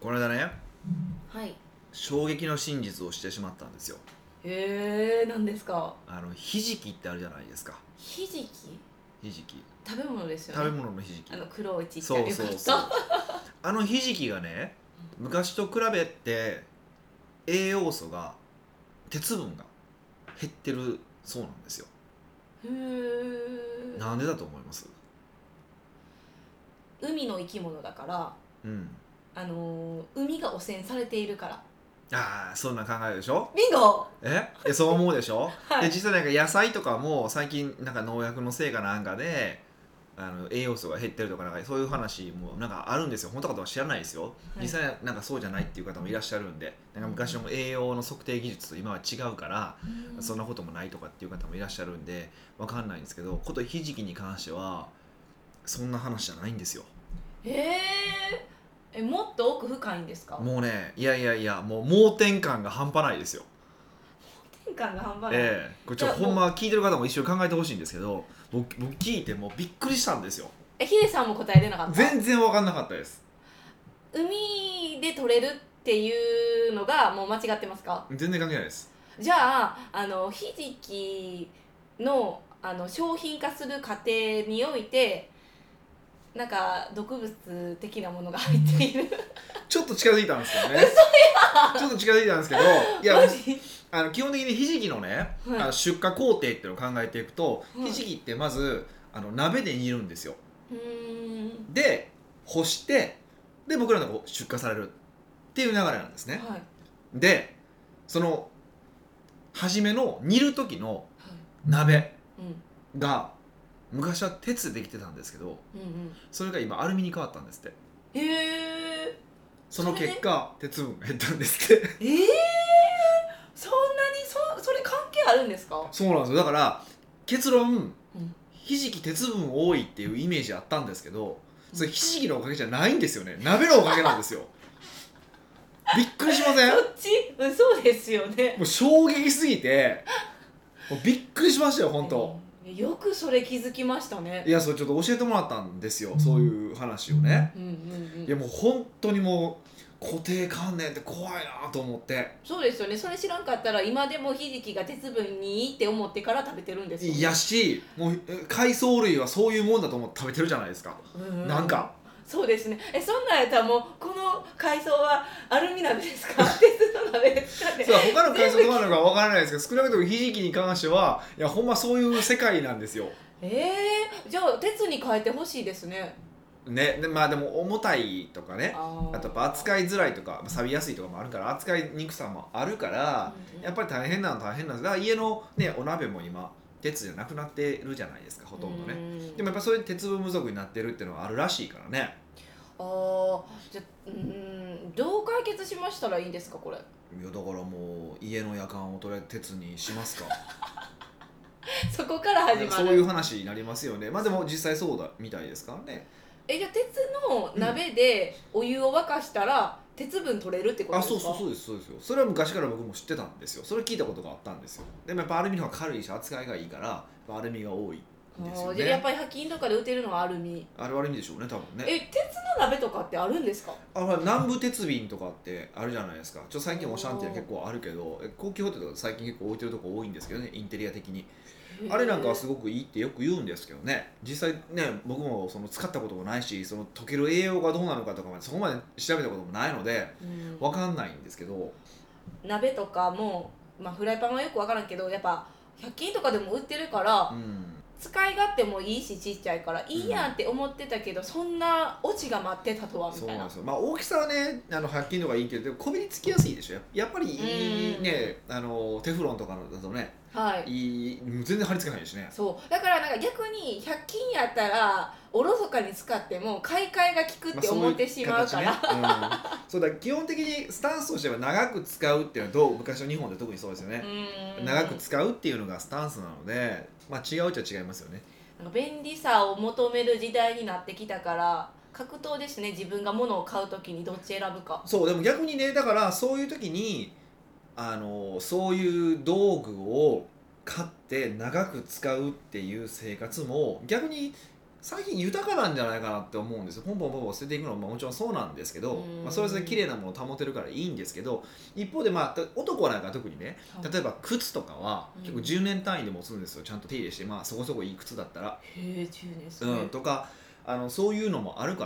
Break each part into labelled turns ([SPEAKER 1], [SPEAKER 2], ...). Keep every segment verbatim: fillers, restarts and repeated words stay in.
[SPEAKER 1] この間ね、
[SPEAKER 2] はい。
[SPEAKER 1] 衝撃の真実をしてしまったんですよ。
[SPEAKER 2] へえ、何ですか？
[SPEAKER 1] あのひじきってあるじゃないですか。
[SPEAKER 2] ひじき？
[SPEAKER 1] ひじき、
[SPEAKER 2] 食べ物ですよ
[SPEAKER 1] 食べ
[SPEAKER 2] ね。
[SPEAKER 1] 物のひじき。
[SPEAKER 2] あの黒いちっちゃ
[SPEAKER 1] そ
[SPEAKER 2] いよかった。
[SPEAKER 1] うそうそう。あのひじきがね、昔と比べて栄養素が、鉄分が減ってるそうなんですよ。
[SPEAKER 2] へえ。
[SPEAKER 1] なんでだと思います？
[SPEAKER 2] 海の生き物だから、
[SPEAKER 1] うん。
[SPEAKER 2] あのー海が汚染されているから。
[SPEAKER 1] ああ、そんな考えるでしょ。
[SPEAKER 2] ビンゴ。
[SPEAKER 1] ええそう思うでしょ。で、
[SPEAKER 2] はい。
[SPEAKER 1] 実際なんか野菜とかも最近なんか農薬のせいかなんかであの栄養素が減ってるとか、なんかそういう話もなんかあるんですよ。本当かどうか知らないですよ。
[SPEAKER 2] はい。
[SPEAKER 1] 実際なんかそうじゃないっていう方もいらっしゃるんで、なんか昔の栄養の測定技術と今は違うから
[SPEAKER 2] うん
[SPEAKER 1] そんなこともないとかっていう方もいらっしゃるんでわかんないんですけど、ことひじきに関してはそんな話じゃないんですよ。
[SPEAKER 2] へえ。え、もっと奥深いんですか？
[SPEAKER 1] もうね、いやいやいや、もう盲点感が半端ないですよ。
[SPEAKER 2] 天感が半端ない。
[SPEAKER 1] ええこれちょ
[SPEAKER 2] じゃあもう、
[SPEAKER 1] ほんま聞いてる方も一緒に考えてほしいんですけど、僕僕聞いてもうびっくりしたんですよ。
[SPEAKER 2] え、ヒデさんも答え出なかった？
[SPEAKER 1] 全然わかんなかったです。
[SPEAKER 2] 海で取れるっていうのがもう間違ってますか？
[SPEAKER 1] 全然関係ないです。
[SPEAKER 2] じゃあ、あのひじきのあの商品化する過程においてなんか毒物的なものが入っている。
[SPEAKER 1] ちょっと近づいたんですけどね。ちょっと近づいたんですけど、いや
[SPEAKER 2] マジ？
[SPEAKER 1] あの基本的にひじきのね、
[SPEAKER 2] はい、
[SPEAKER 1] あの出荷工程っていうのを考えていくと、
[SPEAKER 2] はい、
[SPEAKER 1] ひじきってまずあの鍋で煮るんですよ。
[SPEAKER 2] うーん、
[SPEAKER 1] で干して、で僕らのとこ出荷されるっていう流れなんですね。
[SPEAKER 2] はい、はい、
[SPEAKER 1] でその初めの煮る時の鍋
[SPEAKER 2] うん、
[SPEAKER 1] が昔は鉄でできてたんですけど、
[SPEAKER 2] うんうん。
[SPEAKER 1] それが今アルミに変わったんですって。
[SPEAKER 2] へえ。
[SPEAKER 1] その
[SPEAKER 2] それで、
[SPEAKER 1] 結果鉄分が減ったんですって。
[SPEAKER 2] えー、そんなにそそれ関係あるんですか？
[SPEAKER 1] そうなんですよ。だから結論、
[SPEAKER 2] うん、
[SPEAKER 1] ひじき鉄分多いっていうイメージあったんですけど、それ
[SPEAKER 2] うん、
[SPEAKER 1] ひじきのおかげじゃないんですよね。鍋のおかげなんですよ。びっくりしません？も
[SPEAKER 2] そっち、うん、そうですよね。
[SPEAKER 1] う衝撃すぎてもうびっくりしましたよ本当。
[SPEAKER 2] えーよくそれ気づきましたね。
[SPEAKER 1] いや、それちょっと教えてもらったんですよ、そういう話をね。
[SPEAKER 2] うんうんうん。
[SPEAKER 1] いやもう本当にもう固定観念って怖いなと思って。
[SPEAKER 2] そうですよね。それ知らんかったら今でもひじきが鉄分にいいって思ってから食べてるんですよね。
[SPEAKER 1] いやし、もうえ海藻類はそういうもんだと思って食べてるじゃないですか。
[SPEAKER 2] うんうんうん、
[SPEAKER 1] なんか
[SPEAKER 2] そうですね。え、そんなんやったらもうこの海藻はアルミ鍋ですか？鉄の鍋ですかね？
[SPEAKER 1] そう他の海藻どうな
[SPEAKER 2] 全部
[SPEAKER 1] のかわからないですけど、少なくともひじきに関してはいやほんまそういう世界なんですよ。
[SPEAKER 2] えー、じゃあ鉄に変えてほしいですね。
[SPEAKER 1] ね、でまあでも重たいとかね、
[SPEAKER 2] あ
[SPEAKER 1] あとやっぱ扱いづらいとか、まあ錆びやすいとかもあるから、扱いにくさもあるか
[SPEAKER 2] あ、
[SPEAKER 1] ら、
[SPEAKER 2] うんうん、
[SPEAKER 1] やっぱり大変なのは大変なんです。だから家のねお鍋も今鉄じゃなくなってるじゃないですか、ほとんどね。でもやっぱそういう鉄分不足になってるっていうのはあるらしいからね。
[SPEAKER 2] あー、じゃあ、うーん、どう解決しましたらいいんですかこれ？
[SPEAKER 1] いやだからもう家の夜間をとりあえず鉄にしますか。
[SPEAKER 2] そこから始ま
[SPEAKER 1] そういう
[SPEAKER 2] る。
[SPEAKER 1] 話になりますよね。まあでも実際そうだみたいですからね。
[SPEAKER 2] え、じゃあ鉄の鍋でお湯を沸かしたら鉄分取れるってこと
[SPEAKER 1] あ、
[SPEAKER 2] ですか？
[SPEAKER 1] そうそうそうですそうですよ。それは昔から僕も知ってたんですよ。それ聞いたことがあったんですよ。でもやっぱアルミの方が軽いし扱いがいいからやっぱアルミが多いんですよ
[SPEAKER 2] あー、じゃあやっ
[SPEAKER 1] ね。
[SPEAKER 2] ぱりひゃく均とかで売ってるのはアルミ。
[SPEAKER 1] あれはアルミでしょうね多分ね。
[SPEAKER 2] え、鉄の鍋とかってあるんですか？
[SPEAKER 1] あ、ほら南部鉄瓶とかってあるじゃないですか。ちょっと最近オシャンティア結構あるけど、え高級ホテルとか最近結構置いてるとこ多いんですけどね、インテリア的に。あれなんかはす
[SPEAKER 2] ご
[SPEAKER 1] ごくいいってよく言うんですけどね。実際ね、僕もその使ったこともないし、その溶ける栄養がどうなのかとかまでそこまで調べたこともないので
[SPEAKER 2] い、うん、
[SPEAKER 1] わかんないんですけど。
[SPEAKER 2] 鍋とかも、まあ、フライパンはよく分からんけどやっぱひゃく均とかでも売ってるから
[SPEAKER 1] うん。
[SPEAKER 2] 使い勝手もいいしちっちゃいからいいやん
[SPEAKER 1] うん
[SPEAKER 2] って思ってたけど、そんなオチが待ってたとはみたいな。
[SPEAKER 1] そうなんですよ。まあ大きさはね、あのひゃく均とかいいけど、でもこびりつきやすいでしょ。ややっぱりいいね、あのテフロンとかのだとね、
[SPEAKER 2] はい、
[SPEAKER 1] いい全然貼り付けないしね。
[SPEAKER 2] そうだからなんか逆にひゃく均やったらおろそかに使っても買い替えが効くって
[SPEAKER 1] まあそういう
[SPEAKER 2] 思ってしまう
[SPEAKER 1] 形ね。
[SPEAKER 2] から、
[SPEAKER 1] うん。そうだ、基本的にスタンスとしては長く使うっていうのはどう昔の日本で特にそうですよね。
[SPEAKER 2] うーん、
[SPEAKER 1] 長く使うっていうのがスタンスなので、まあ違うっちゃ違いますよね。
[SPEAKER 2] なんか便利さを求める時代になってきたから格闘ですね。自分が物を買うときにどっち選ぶか。
[SPEAKER 1] そうでも逆にね、だからそういう時にあのそういう道具を買って長く使うっていう生活も逆に最近豊かなんじゃないかなって思うんですよ。ポンポンポンポン捨てていくのももちろんそうなんですけど、まあ、それぞれ綺麗なものを保てるからいいんですけど、一方でまあ男なんか特にね、例えば靴とかは結構じゅうねん単位で持つんですよ。ちゃんと手入れして、まあ、そこそこいい靴だったら。
[SPEAKER 2] へえ、じゅうねんすね、
[SPEAKER 1] うん、とかあのそういうのもあるから、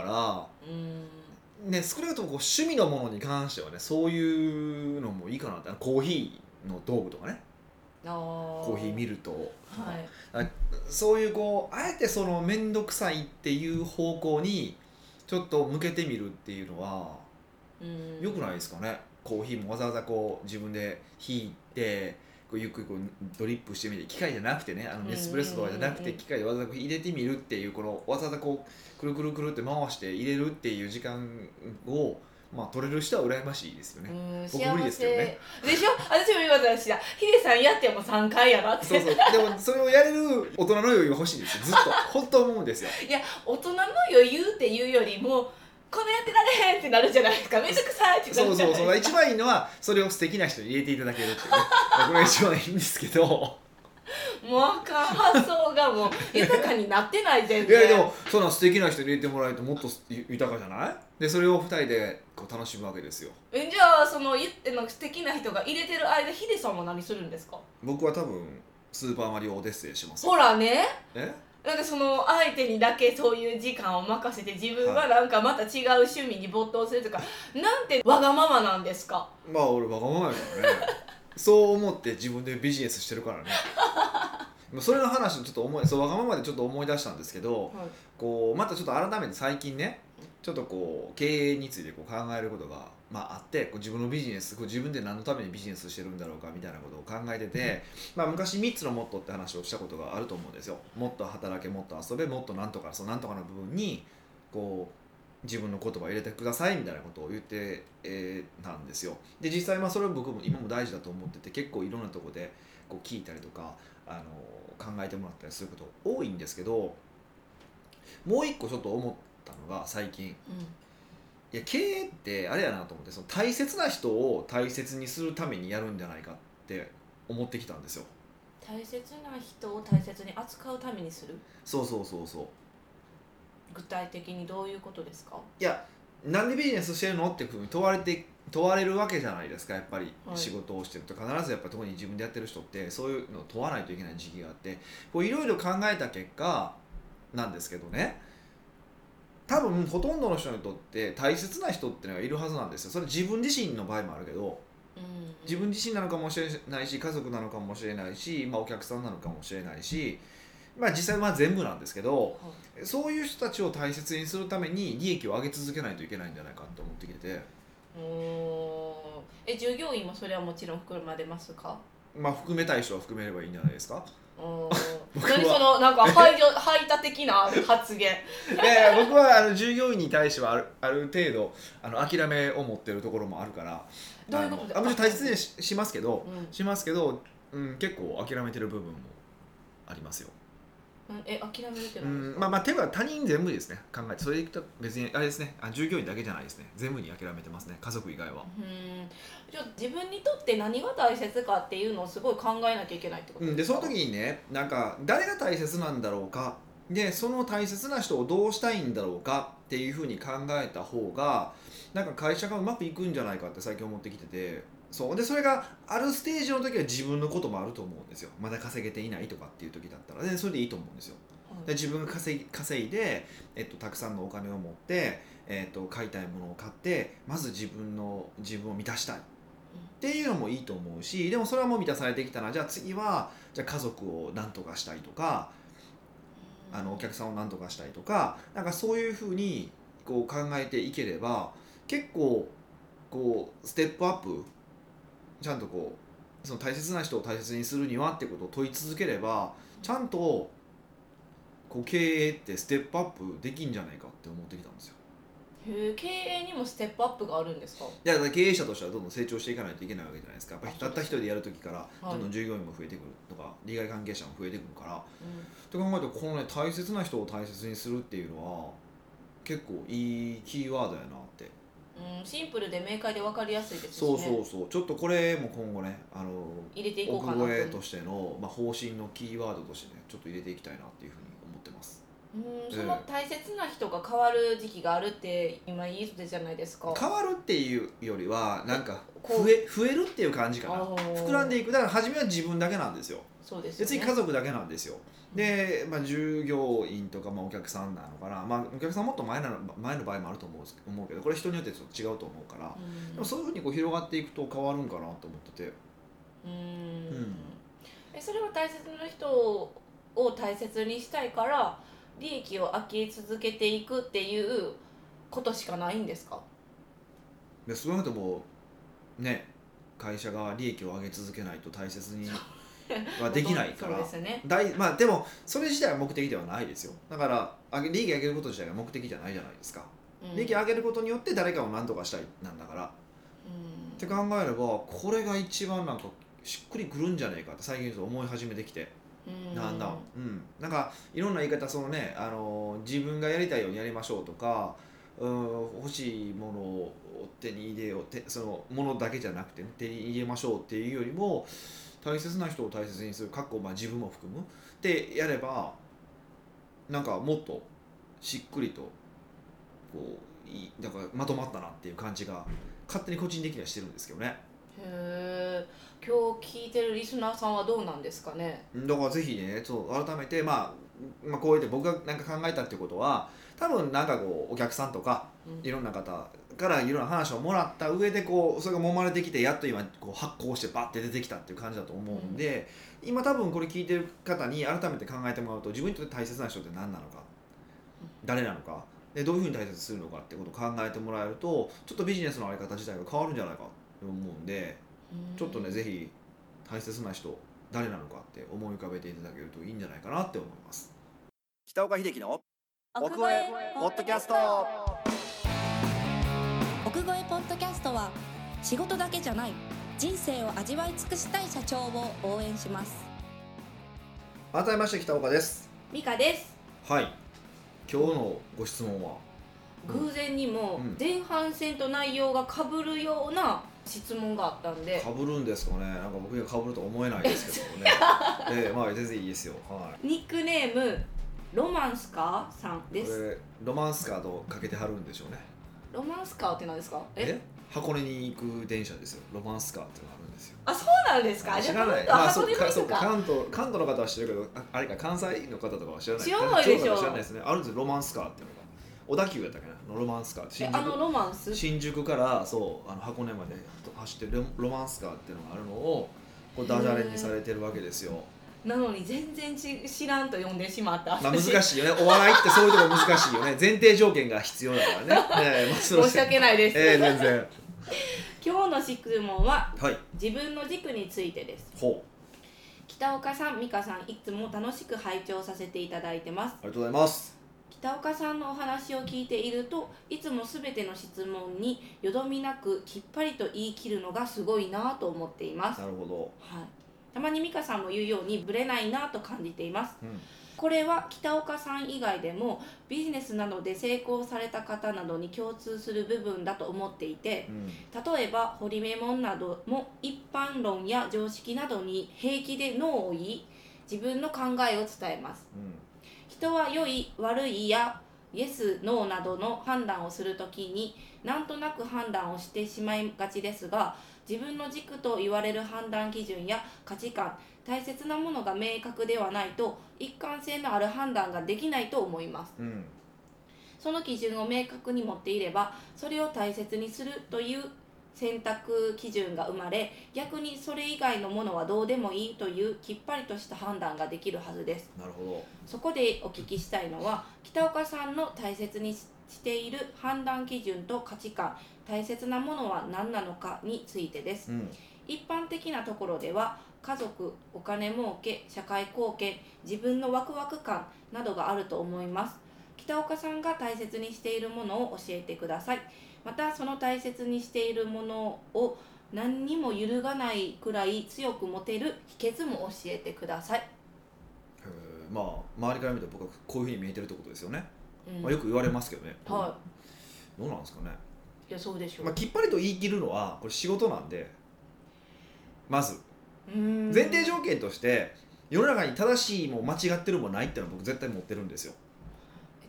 [SPEAKER 1] うん、ね、少なくともこう趣味のものに関してはね、そういうのもいいかなって。コーヒーの道具とかね、コーヒーミルとか、はい、そういうこうあえてその面倒くさいっていう方向にちょっと向けてみるっていうのは良くないですかね。コーヒーもわざわざこう自分でひいてこうゆっくりこうドリップしてみて、機械じゃなくてね、あのネスプレッソとかじゃなくて機械でわざわざ入れてみるっていう、このわざわざこうくるくるくるって回して入れるっていう時間をまあ取れる人は羨ましいですよね。僕無理ですけどね。
[SPEAKER 2] でしょ。私も今だしだ。ヒデさんやってもさんかいやなって。
[SPEAKER 1] そうそう。でもそれをやれる大人の余裕が欲しいんですよ。ずっと本当思うんですよ。
[SPEAKER 2] いや、大人の余裕っていうよりもこのやってられへんってなるじゃないですか。めんどくさいってなるじゃないですか。
[SPEAKER 1] そうそうそう。一番いいのはそれを素敵な人に入れていただけるっていうね。これが一番いいんですけど。
[SPEAKER 2] もうあかん、発想がもう豊かになってない全然。
[SPEAKER 1] いやでもそんな素敵な人に入れてもらえるともっと豊かじゃない？でそれをふたりでこう楽しむわけですよ。
[SPEAKER 2] え、じゃあその言っての素敵な人が入れてる間、ヒデさんは何するんですか？
[SPEAKER 1] 僕は多分スーパーマリオオデッセイします。
[SPEAKER 2] ほらね。
[SPEAKER 1] え？
[SPEAKER 2] なんかその相手にだけそういう時間を任せて自分はなんかまた違う趣味に没頭するとか、はい、なんてわがままなんですか？
[SPEAKER 1] まあ俺わがままやからね。そう思って自分でビジネスしてるからね。それの話をちょっと思いそうわがままでちょっと思い出したんですけど、はい、こうまたちょっと改めて最近ねちょっとこう経営についてこう考えることが、まあ、あってこう自分のビジネスこう自分で何のためにビジネスしてるんだろうかみたいなことを考えてて、まあ、昔みっつのモットーって話をしたことがあると思うんですよ。もっと働け、もっと遊べ、もっとなんとか、そのなんとかの部分にこう自分の言葉を入れてくださいみたいなことを言って、えー、たんですよ。で実際まあそれを僕も今も大事だと思ってて、結構いろんなところでこう聞いたりとかあの考えてもらったりすること多いんですけど、もう一個ちょっと思ったのが最近、うん、いや経営ってあれやなと思って、その大切な人を大切にするためにやるんじゃないかって思ってきたんですよ。
[SPEAKER 2] 大切な人を大切に扱うためにする？
[SPEAKER 1] そうそうそうそう。
[SPEAKER 2] 具体的にどういうことですか？
[SPEAKER 1] いや、なんでビジネスしてるのっていうふうに問われて問われるわけじゃないですか。やっぱり仕事をしてると必ずやっぱ特に自分でやってる人ってそういうのを問わないといけない時期があって、こういろいろ考えた結果なんですけどね、多分ほとんどの人にとって大切な人ってのがいるはずなんですよ。それ自分自身の場合もあるけど、うんうん、自分自身なのかもしれないし、家族なのかもしれないし、まあ、お客さんなのかもしれないし、まあ、実際まあ全部なんですけど、はい、そういう人たちを大切にするために利益を上げ続けないといけないんじゃないかと思ってきてて。
[SPEAKER 2] うーん、え、従業員もそれはもちろん含まれますか？
[SPEAKER 1] まあ含めたい人は含めればいいんじゃないですか。
[SPEAKER 2] 何そのなんか排除排他的な発言。
[SPEAKER 1] いやいや、僕はあの従業員に対してはある、ある程度あの諦めを持ってるところもあるから。
[SPEAKER 2] どういうことですか？
[SPEAKER 1] あもちろん大切に し, しますけど、うん、しますけど、うん、結構諦めてる部分もありますよ。
[SPEAKER 2] え、諦めるって
[SPEAKER 1] 何ですか？うん、まあまあ手は他人全部ですね。考えてそれでいくと別にあれですね、あ従業員だけじゃないですね。全部に諦めてますね、家族以外は。
[SPEAKER 2] うん、じゃあ自分にとって何が大切かっていうのをすごい考えなきゃいけないってことですか？
[SPEAKER 1] うん、でその時にね、なんか誰が大切なんだろうか、でその大切な人をどうしたいんだろうかっていうふうに考えた方がなんか会社がうまくいくんじゃないかって最近思ってきてて。そうでそれがあるステージの時は自分のこともあると思うんですよ。まだ稼げていないとかっていう時だったら、でそれでいいと思うんですよ。で自分が稼い、稼いで、えっと、たくさんのお金を持って、えっと、買いたいものを買ってまず自分の自分を満たしたいっていうのもいいと思うし、でもそれはもう満たされてきたら、じゃあ次はじゃあ家族を何とかしたいとか、あのお客さんを何とかしたいとか、なんかそういうふうにこう考えていければ結構こうステップアップちゃんとこうその大切な人を大切にするにはってことを問い続ければちゃんとこう経営ってステップアップできんじゃないかって思ってきたんですよ。
[SPEAKER 2] へえ、経営にもステップアップがあるんですか？
[SPEAKER 1] いやだから経営者としてはどんどん成長していかないといけないわけじゃないですか。やっぱりたった一人でやるときからどんどん従業員も増えてくるとか、利害関係者も増えてくるから、うん、って考えるとこのね大切な人を大切にするっていうのは結構いいキーワードやなって。
[SPEAKER 2] うん、シンプルで明快で分かりやすいですしね。
[SPEAKER 1] そうそうそう。ちょっとこれも今後ね、あの
[SPEAKER 2] 入れていこうかな
[SPEAKER 1] 奥越えとしての、まあ、方針のキーワードとしてねちょっと入れていきたいなっていうふうに思ってます。
[SPEAKER 2] ううん、その大切な人が変わる時期があるって今言ってたじゃないですか。
[SPEAKER 1] 変わるっていうよりはなんか
[SPEAKER 2] こう
[SPEAKER 1] 増え増えるっていう感じかな。
[SPEAKER 2] あー
[SPEAKER 1] 膨らんでいく。だから初めは自分だけなんですよ。
[SPEAKER 2] そうですよね。
[SPEAKER 1] 別に家族だけなんですよ。で、まあ、従業員とか、まあ、お客さんなのかな、まあ、お客さんもっと前なの前の場合もあると思うんです思うけど、これ人によってちょっと違うと思うから、
[SPEAKER 2] うん
[SPEAKER 1] でもそういうふうにこう広がっていくと変わるんかなと思ってて。
[SPEAKER 2] うん、
[SPEAKER 1] うん
[SPEAKER 2] えそれは大切な人を大切にしたいから利益を上げ続けていくっていうことしかないんですか？
[SPEAKER 1] でそういうのもね、会社が利益を上げ続けないと大切にはできないか
[SPEAKER 2] そう
[SPEAKER 1] ら
[SPEAKER 2] ですよね。
[SPEAKER 1] 大、まあ、でもそれ自体は目的ではないですよ。だから上げ利益上げること自体が目的じゃないじゃないですか。
[SPEAKER 2] うん
[SPEAKER 1] 利益上げることによって誰かを何とかしたいなんだから、
[SPEAKER 2] うん
[SPEAKER 1] って考えればこれが一番なんかしっくりくるんじゃねえかって最近ちょっと思い始めてきて、
[SPEAKER 2] うん
[SPEAKER 1] なんだ、うん、なんかいろんな言い方、そのね、あの自分がやりたいようにやりましょうとか、うん、欲しいものを手に入れようて、そのものだけじゃなくて、ね、手に入れましょうっていうよりも大切な人を大切にする、かっこまあ自分も含むってやればなんかもっとしっくりとこういいだからまとまったなっていう感じが勝手に個人的にはしてるんですけどね。
[SPEAKER 2] へえ、今日聞いてるリスナーさんはどうなんですかね。
[SPEAKER 1] だからぜひね、そう改めて、まあ、まあこうやって僕がなんか考えたってことは多分なんかこうお客さんとか
[SPEAKER 2] うん
[SPEAKER 1] いろんな方からいろんな話をもらった上でこうそれが揉まれてきてやっと今こう発酵してバッて出てきたっていう感じだと思うんで、今多分これ聞いてる方に改めて考えてもらうと自分にとって大切な人って何なのか、誰なのかでどういうふうに大切にするのかってことを考えてもらえるとちょっとビジネスの在り方自体が変わるんじゃないかと思うんで、ちょっとねぜひ大切な人誰なのかって思い浮かべていただけるといいんじゃないかなって思います。北岡秀樹の
[SPEAKER 3] 奥越えポッドキャスト。奥越えポッドキャストは仕事だけじゃない人生を味わい尽くしたい社長を応援します。
[SPEAKER 1] 改めまして北岡です。
[SPEAKER 2] ミカです。
[SPEAKER 1] はい、今日のご質問は
[SPEAKER 2] 偶然にも
[SPEAKER 1] うん
[SPEAKER 2] 前半戦と内容が被るような質問があったんで、
[SPEAKER 1] かぶるんですかね。なんか僕がかぶるとは思えないですけどねええ、まあ全然いいですよ。はい、
[SPEAKER 2] ニックネームロマンスカーさんで
[SPEAKER 1] こ
[SPEAKER 2] す。
[SPEAKER 1] れロマンスカーとかけてはるんでしょうね。
[SPEAKER 2] ロマンスカーって何ですか？
[SPEAKER 1] え箱根に行く電車ですよ。ロマンスカーってのがあるんですよ。
[SPEAKER 2] あ、そうなんですか？
[SPEAKER 1] 知らない。
[SPEAKER 2] じゃあ
[SPEAKER 1] まあ
[SPEAKER 2] 箱根の人
[SPEAKER 1] そうかそうか
[SPEAKER 2] か。
[SPEAKER 1] 関東関東の方は知ってるけど、ああれか関西の方とかは知らない。
[SPEAKER 2] 知らないでしょ
[SPEAKER 1] 地方の方は知らないですね。あるんですよロマンスカーっていうのが。小田急やったっけなのロマンスカーって新
[SPEAKER 2] えあの
[SPEAKER 1] 宿
[SPEAKER 2] ロマンス
[SPEAKER 1] 新宿からそうあの箱根まで走ってるロロマンスカーっていうのがあるのをこうダジャレにされてるわけですよ。
[SPEAKER 2] なのに全然ち知らんと呼んでしまった。
[SPEAKER 1] まあ難
[SPEAKER 2] 私
[SPEAKER 1] しいよね。お笑いってそういうとこ難しいよね。前提条件が必要だからね。ええまあその
[SPEAKER 2] 申し訳ないです、
[SPEAKER 1] ええ全然。
[SPEAKER 2] 今日の質問は
[SPEAKER 1] はい。
[SPEAKER 2] 自分の軸についてです。
[SPEAKER 1] ほう。
[SPEAKER 2] 北岡さん、美香さん、いつも楽しく拝聴させていただいてます。
[SPEAKER 1] ありがとうございます。
[SPEAKER 2] 北岡さんのお話を聞いているといつも全ての質問によどみなくきっぱりと言い切るのがすごいなと思っています。
[SPEAKER 1] なるほど。
[SPEAKER 2] はい、たまに美香さんも言うようにブレないなと感じています。
[SPEAKER 1] うん。
[SPEAKER 2] これは北岡さん以外でもビジネスなどで成功された方などに共通する部分だと思っていて、
[SPEAKER 1] うん。
[SPEAKER 2] 例えば堀メモンなども一般論や常識などに平気でノーを言い自分の考えを伝えます。
[SPEAKER 1] うん。
[SPEAKER 2] 人は良い悪いやイエスノーなどの判断をするときになんとなく判断をしてしまいがちですが、自分の軸と言われる判断基準や価値観、大切なものが明確ではないと一貫性のある判断ができないと思います。
[SPEAKER 1] うん。
[SPEAKER 2] その基準を明確に持っていればそれを大切にするという選択基準が生まれ、逆にそれ以外のものはどうでもいいというきっぱりとした判断ができるはずです。
[SPEAKER 1] なるほど。
[SPEAKER 2] そこでお聞きしたいのは北岡さんの大切にしている判断基準と価値観、大切なものは何なのかについてです。
[SPEAKER 1] うん。
[SPEAKER 2] 一般的なところでは家族、お金儲け、社会貢献、自分のワクワク感などがあると思います。北岡さんが大切にしているものを教えてください。またその大切にしているものを何にも揺るがないくらい強く持てる秘訣も教えてください。
[SPEAKER 1] えーまあ周りから見て僕はこういうふうに見えてるってことですよね。
[SPEAKER 2] うん
[SPEAKER 1] まあよく言われますけどね。
[SPEAKER 2] は
[SPEAKER 1] どうなんですかね。
[SPEAKER 2] い、いやそうでしょう。
[SPEAKER 1] まあきっぱりと言い切るのはこれ仕事なんで、まず
[SPEAKER 2] うーん
[SPEAKER 1] 前提条件として世の中に正しいも間違ってるもないっていうのは僕絶対持ってるんですよ。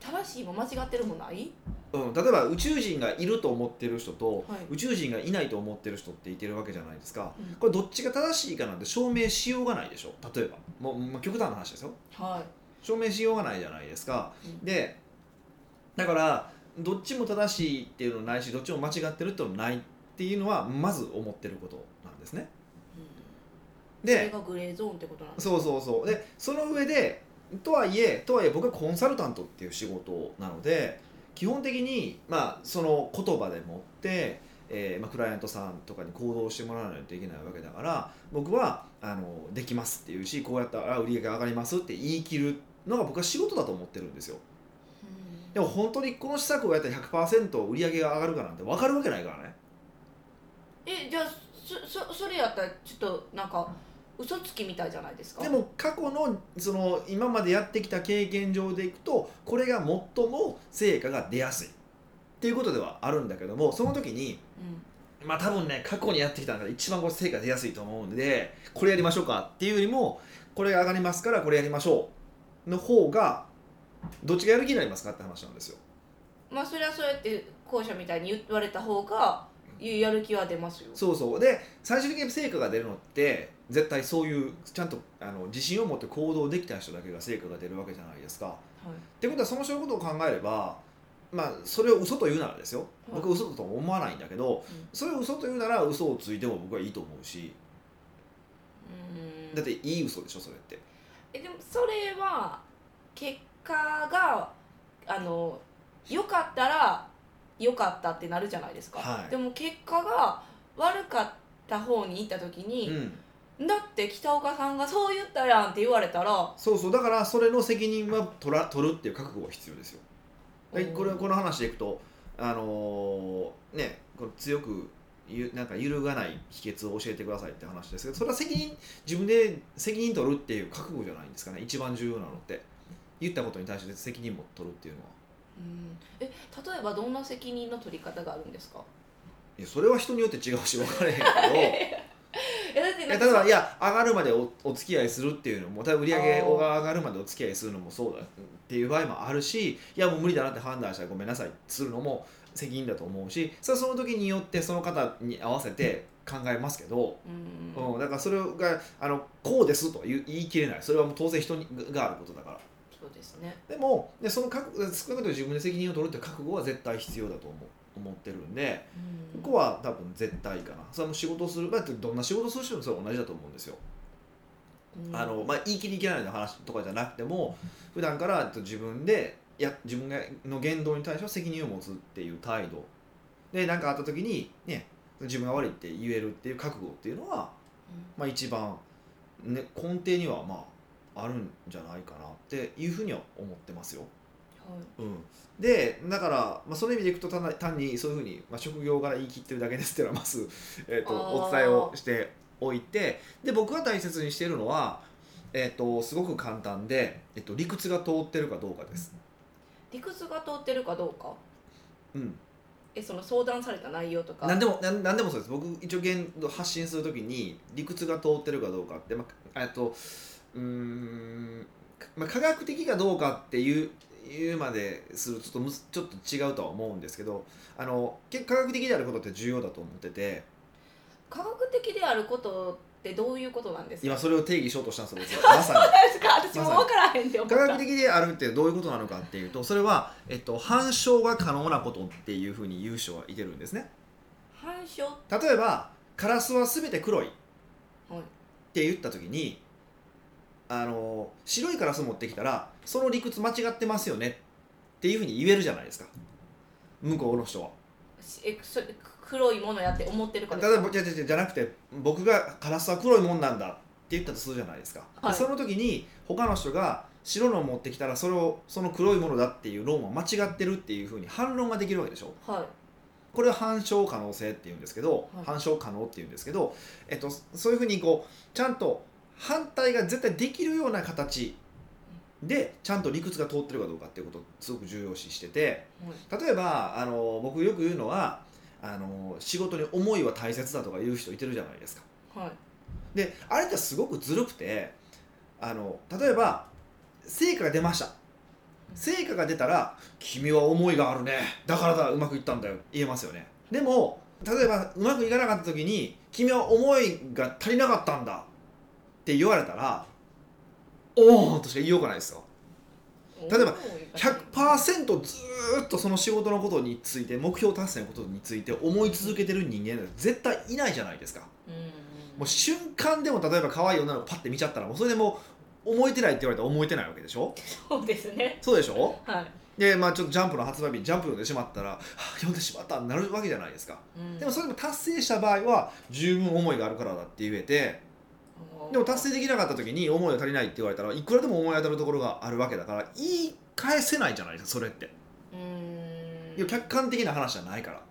[SPEAKER 2] 正しいも間違ってるもない、
[SPEAKER 1] うん、例えば宇宙人がいると思ってる人と、
[SPEAKER 2] はい、
[SPEAKER 1] 宇宙人がいないと思ってる人っていてるわけじゃないですか、
[SPEAKER 2] うん、
[SPEAKER 1] これどっちが正しいかなんて証明しようがないでしょ。例えばもう、まあ、極端な話ですよ、
[SPEAKER 2] はい、
[SPEAKER 1] 証明しようがないじゃないですか、
[SPEAKER 2] うん、
[SPEAKER 1] でだからどっちも正しいっていうのないしどっちも間違ってるっていうのないっていうのはまず思ってることなんですね、
[SPEAKER 2] うん、それ
[SPEAKER 1] で
[SPEAKER 2] がグレーゾーンってことなんですか。
[SPEAKER 1] そうそうそうでその上でとはいえとはいえ僕はコンサルタントっていう仕事なので基本的に、まあ、その言葉でもって、えーまあ、クライアントさんとかに行動してもらわないといけないわけだから僕はあのできますっていうしこうやったら売り上げが上がりますって言い切るのが僕は仕事だと思ってるんですよ。
[SPEAKER 2] うん、
[SPEAKER 1] でも本当にこの施策をやったら ひゃくパーセント 売り上げが上がるかなんて分かるわけないからね。
[SPEAKER 2] えじゃあそ, そ, それやったらちょっとなんか嘘つきみたいじゃないですか。
[SPEAKER 1] でも過去のその今までやってきた経験上でいくとこれが最も成果が出やすいっていうことではあるんだけどもその時に、うん、まあ多分ね過去にやってきた中で一番これ成果出やすいと思うんでこれやりましょうかっていうよりもこれが上がりますからこれやりましょうの方がどっちがやる気になりますかって話なんですよ。
[SPEAKER 2] まあそれはそうやって後者みたいに言われた方がやる気は出ますよ。
[SPEAKER 1] そうそうで最終的に成果が出るのって絶対そういうちゃんとあの自信を持って行動できた人だけが成果が出るわけじゃないですか。
[SPEAKER 2] はい、
[SPEAKER 1] ってことはその人のことを考えればまあそれを嘘と言うならですよ、はい、僕は嘘だとは思わないんだけど、うん、それを嘘と言うなら嘘をついても僕はいいと思うし、うんだっていい嘘でしょそれって。
[SPEAKER 2] えでもそれは結果があの良かったら良かったってなるじゃないですか、はい、でも結果が悪かった方に行った時に、うん、だって北岡さんがそう言ったやんって言われたら
[SPEAKER 1] そうそうだからそれの責任は取ら取るっていう覚悟が必要ですよ。これこの話でいくとあのー、ねこれ強くゆなんか揺るがない秘訣を教えてくださいって話ですけどそれは責任自分で責任取るっていう覚悟じゃないんですかね一番重要なのって言ったことに対して責任も取るっていうのは。
[SPEAKER 2] うん、え例えばどんな責任の取り方があるんですか。
[SPEAKER 1] いやそれは人によって違うし分からへんけど
[SPEAKER 2] えだって
[SPEAKER 1] 例えばいや上がるまで お, お付き合いするっていうのも多分売り上げが上がるまでお付き合いするのもそうだっていう場合もあるしいやもう無理だなって判断したらごめんなさいするのも責任だと思うしそれはその時によってその方に合わせて考えますけど、うん、うん、だからそれがあのこうですとは 言, 言い切れないそれはもう当然人にがあることだから。
[SPEAKER 2] そうですね、
[SPEAKER 1] でもでその覚少なくとも自分で責任を取るって覚悟は絶対必要だと思う思ってるんで、うん、ここは多分絶対かな。それも仕事をする場合ってどんな仕事をする人もそれは同じだと思うんですよ、うんあのまあ、言い切りいけないの話とかじゃなくても普段から自分でや自分の言動に対しては責任を持つっていう態度で何かあった時に、ね、自分が悪いって言えるっていう覚悟っていうのは、うんまあ、一番、ね、根底にはまああるんじゃないかなっていうふうには思ってますよ。はいうん、でだから、まあ、その意味でいくと単単にそういうふうに、まあ、職業柄言い切ってるだけですっていうのはまず、えー、とお伝えをしておいてで僕が大切にしているのは、えー、とすごく簡単で、えー、と理屈が通ってるかどうかです。
[SPEAKER 2] 理屈が通ってるかどうか、
[SPEAKER 1] うん、
[SPEAKER 2] えその相談された内容とか
[SPEAKER 1] 何でも何何でもそうです。僕一応言発信するときに理屈が通ってるかどうかって、まあ、えっとうーんまあ、科学的かどうかっていう言うまでするとちょっとむちょっと違うとは思うんですけどあの結構科学的であることって重要だと思ってて
[SPEAKER 2] 科学的であることってどういうことなんですか。
[SPEAKER 1] 今それを定義しようとしたんですよまさに
[SPEAKER 2] 私も分からへんって思った。
[SPEAKER 1] 科学的であるってどういうことなのかっていうとそれは、えっと、反証が可能なことっていうふうに言う人はいてるんですね。
[SPEAKER 2] 反証
[SPEAKER 1] 例えばカラスは全て黒いっ
[SPEAKER 2] はい
[SPEAKER 1] て言った時にあの白いカラス持ってきたらその理屈間違ってますよねっていうふうに言えるじゃないですか向こうの人は。
[SPEAKER 2] えそ黒いものやって思ってるから
[SPEAKER 1] 例えばじゃじゃじゃなくて僕がカラスは黒いもんなんだって言ったとするじゃないですか、はい、その時に他の人が白のを持ってきたらそれをその黒いものだっていう論は間違ってるっていうふうに反論ができるわけでしょ、
[SPEAKER 2] はい、
[SPEAKER 1] これは反証可能性っていうんですけど、はい、反証可能っていうんですけど、えっと、そういうふうにこうちゃんと反対が絶対できるような形でちゃんと理屈が通ってるかどうかっていうことをすごく重要視してて、例えばあの僕よく言うのはあの仕事に思いは大切だとか言う人いてるじゃないですか、はい、であれってすごくずるくてあの例えば成果が出ました成果が出たら君は思いがあるねだからだうまくいったんだよ言えますよね。でも例えばうまくいかなかった時に君は思いが足りなかったんだって言われたらおーんとしか言いようがないですよ。例えば ひゃくパーセント ずーっとその仕事のことについて目標達成のことについて思い続けてる人間は絶対いないじゃないですか。もう瞬間でも例えば可愛い女の子パッて見ちゃったらもうそれでもう思えてないって言われたら思えてないわけでしょ。
[SPEAKER 2] そうですね。
[SPEAKER 1] そうでしょ。
[SPEAKER 2] はい
[SPEAKER 1] でまあちょっとジャンプの発売日にジャンプ読んでしまったら、はあ、読んでしまったになるわけじゃないですか、うん、でもそれでも達成した場合は十分思いがあるからだって言えて、でも達成できなかった時に思いが足りないって言われたらいくらでも思い当たるところがあるわけだから言い返せないじゃないですかそれって。うーんいや客観的な話じゃないから、はい、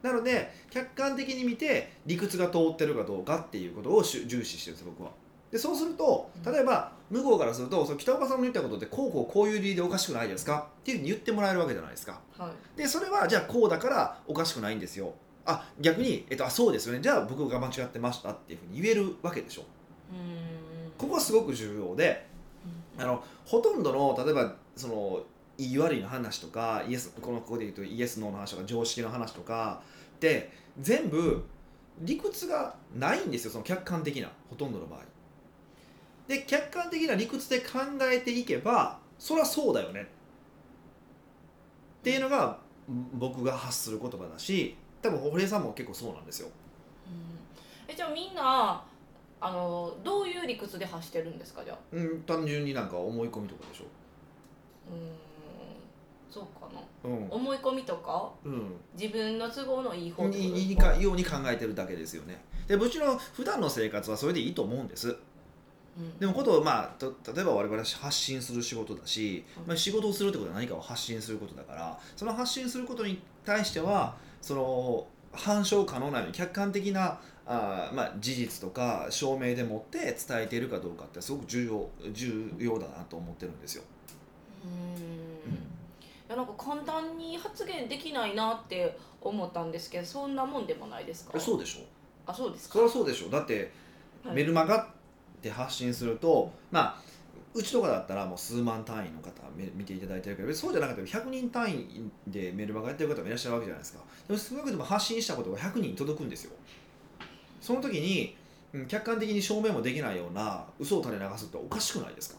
[SPEAKER 1] なので客観的に見て理屈が通ってるかどうかっていうことを重視してるんです僕は。でそうすると例えば向こうからするとその北岡さんの言ったことってこうこうこういう理由でおかしくないですかっていうふうに言ってもらえるわけじゃないですか、はい、でそれはじゃあこうだからおかしくないんですよ、あ逆に、えっと、あそうですよねじゃあ僕が間違ってましたっていうふうに言えるわけでしょ。うーんここはすごく重要で、あのほとんどの例えばその言い悪いの話とかイエスこのここで言うとイエスノーの話とか常識の話とかって全部理屈がないんですよその客観的なほとんどの場合で。客観的な理屈で考えていけばそりゃそうだよねっていうのが僕が発する言葉だし多分堀江さんも結構そうなんですよ。
[SPEAKER 2] うん、えじゃあみんなあのどういう理屈で発してるんですかじゃあ。
[SPEAKER 1] うん、単純になんか思い込みとかでしょ。
[SPEAKER 2] うんそうかな、
[SPEAKER 1] うん、
[SPEAKER 2] 思い込みとか、うん、自分の都合のいい方
[SPEAKER 1] にいいかように考えてるだけですよね。でもちろん普段の生活はそれでいいと思うんです、うん、でもことを、まあ、と例えば我々は発信する仕事だし、うんまあ、仕事をするってことは何かを発信することだからその発信することに対してはその反証可能なように客観的なあ、まあ、事実とか証明でもって伝えているかどうかってすごく重要、重要だなと思ってるんですよ。
[SPEAKER 2] うーん、うん、いやなんか簡単に発言できないなって思ったんですけどそんなもんでもないですか。
[SPEAKER 1] そうでしょ。
[SPEAKER 2] あそうですか。
[SPEAKER 1] それはそうでしょ。だって、はい、メルマガって発信するとまあうちとかだったらもう数万単位の方見ていただいてるけどそうじゃなかったらひゃくにん単位でメルマガやってる方もいらっしゃるわけじゃないですか。でも少なくとも発信したことがひゃくにんに届くんですよ。その時に客観的に証明もできないような嘘を垂れ流すっておかしくないですか。